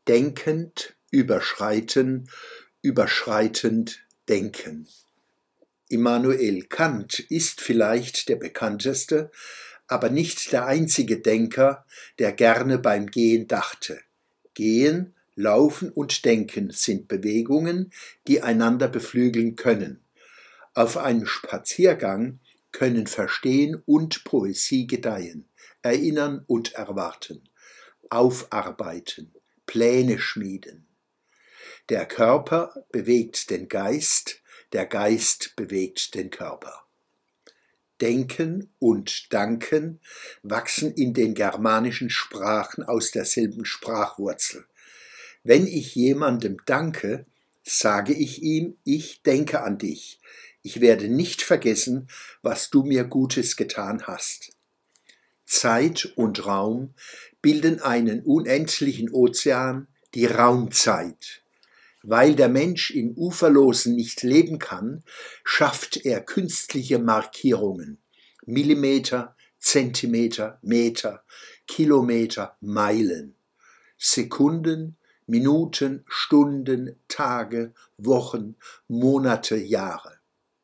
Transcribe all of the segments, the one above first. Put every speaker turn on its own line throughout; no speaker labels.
Denkend überschreiten, überschreitend denken. Immanuel Kant ist vielleicht der bekannteste, aber nicht der einzige Denker, der gerne beim Gehen dachte. Gehen, Laufen und Denken sind Bewegungen, die einander beflügeln können. Auf einem Spaziergang können Verstehen und Poesie gedeihen, erinnern und erwarten, aufarbeiten, Pläne schmieden. Der Körper bewegt den Geist, der Geist bewegt den Körper. Denken und Danken wachsen in den germanischen Sprachen aus derselben Sprachwurzel. Wenn ich jemandem danke, sage ich ihm, ich denke an dich. Ich werde nicht vergessen, was du mir Gutes getan hast. Zeit und Raum bilden einen unendlichen Ozean, die Raumzeit. Weil der Mensch im Uferlosen nicht leben kann, schafft er künstliche Markierungen. Millimeter, Zentimeter, Meter, Kilometer, Meilen. Sekunden, Minuten, Stunden, Tage, Wochen, Monate, Jahre.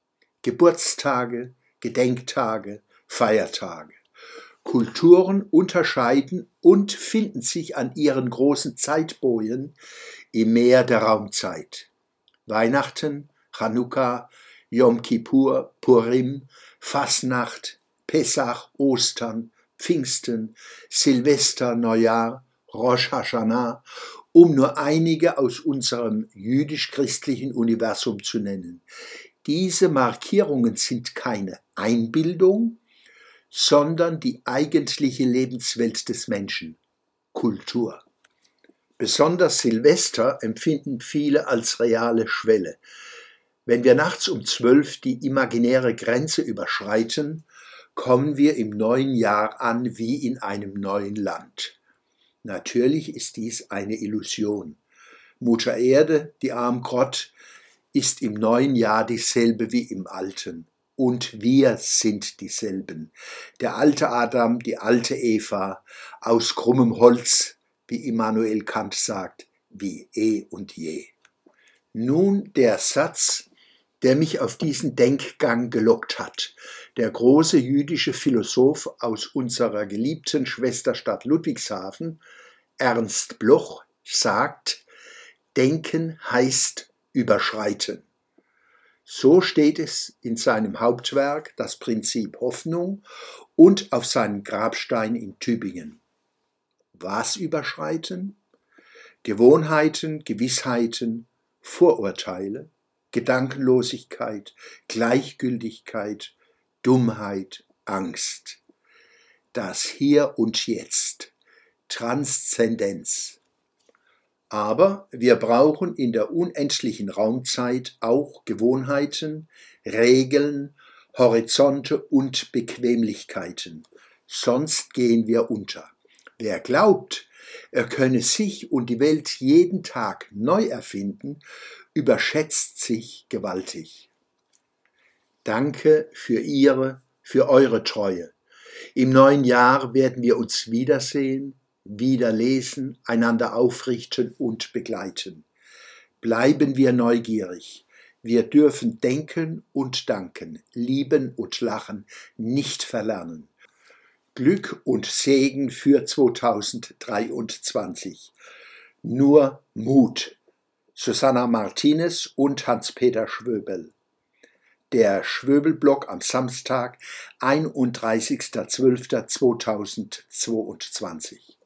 Geburtstage, Gedenktage, Feiertage. Kulturen unterscheiden und finden sich an ihren großen Zeitbojen im Meer der Raumzeit. Weihnachten, Chanukka, Yom Kippur, Purim, Fasnacht, Pessach, Ostern, Pfingsten, Silvester, Neujahr, Rosh Hashanah, um nur einige aus unserem jüdisch-christlichen Universum zu nennen. Diese Markierungen sind keine Einbildung, sondern die eigentliche Lebenswelt des Menschen, Kultur. Besonders Silvester empfinden viele als reale Schwelle. Wenn wir nachts um 12 die imaginäre Grenze überschreiten, kommen wir im neuen Jahr an wie in einem neuen Land. Natürlich ist dies eine Illusion. Mutter Erde, die Armgrott, ist im neuen Jahr dieselbe wie im alten. Und wir sind dieselben. Der alte Adam, die alte Eva, aus krummem Holz, wie Immanuel Kant sagt, wie eh und je. Nun der Satz, der mich auf diesen Denkgang gelockt hat. Der große jüdische Philosoph aus unserer geliebten Schwesterstadt Ludwigshafen, Ernst Bloch, sagt, Denken heißt überschreiten. So steht es in seinem Hauptwerk Das Prinzip Hoffnung und auf seinem Grabstein in Tübingen. Was überschreiten? Gewohnheiten, Gewissheiten, Vorurteile, Gedankenlosigkeit, Gleichgültigkeit, Dummheit, Angst. Das Hier und Jetzt, Transzendenz. Aber wir brauchen in der unendlichen Raumzeit auch Gewohnheiten, Regeln, Horizonte und Bequemlichkeiten. Sonst gehen wir unter. Wer glaubt, er könne sich und die Welt jeden Tag neu erfinden, überschätzt sich gewaltig. Danke für eure Treue. Im neuen Jahr werden wir uns wiedersehen, wieder lesen, einander aufrichten und begleiten. Bleiben wir neugierig. Wir dürfen denken und danken, lieben und lachen, nicht verlernen. Glück und Segen für 2023. Nur Mut. Susanna Martinez und Hans-Peter Schwöbel. Der Schwöbel-Blog am Samstag, 31.12.2022.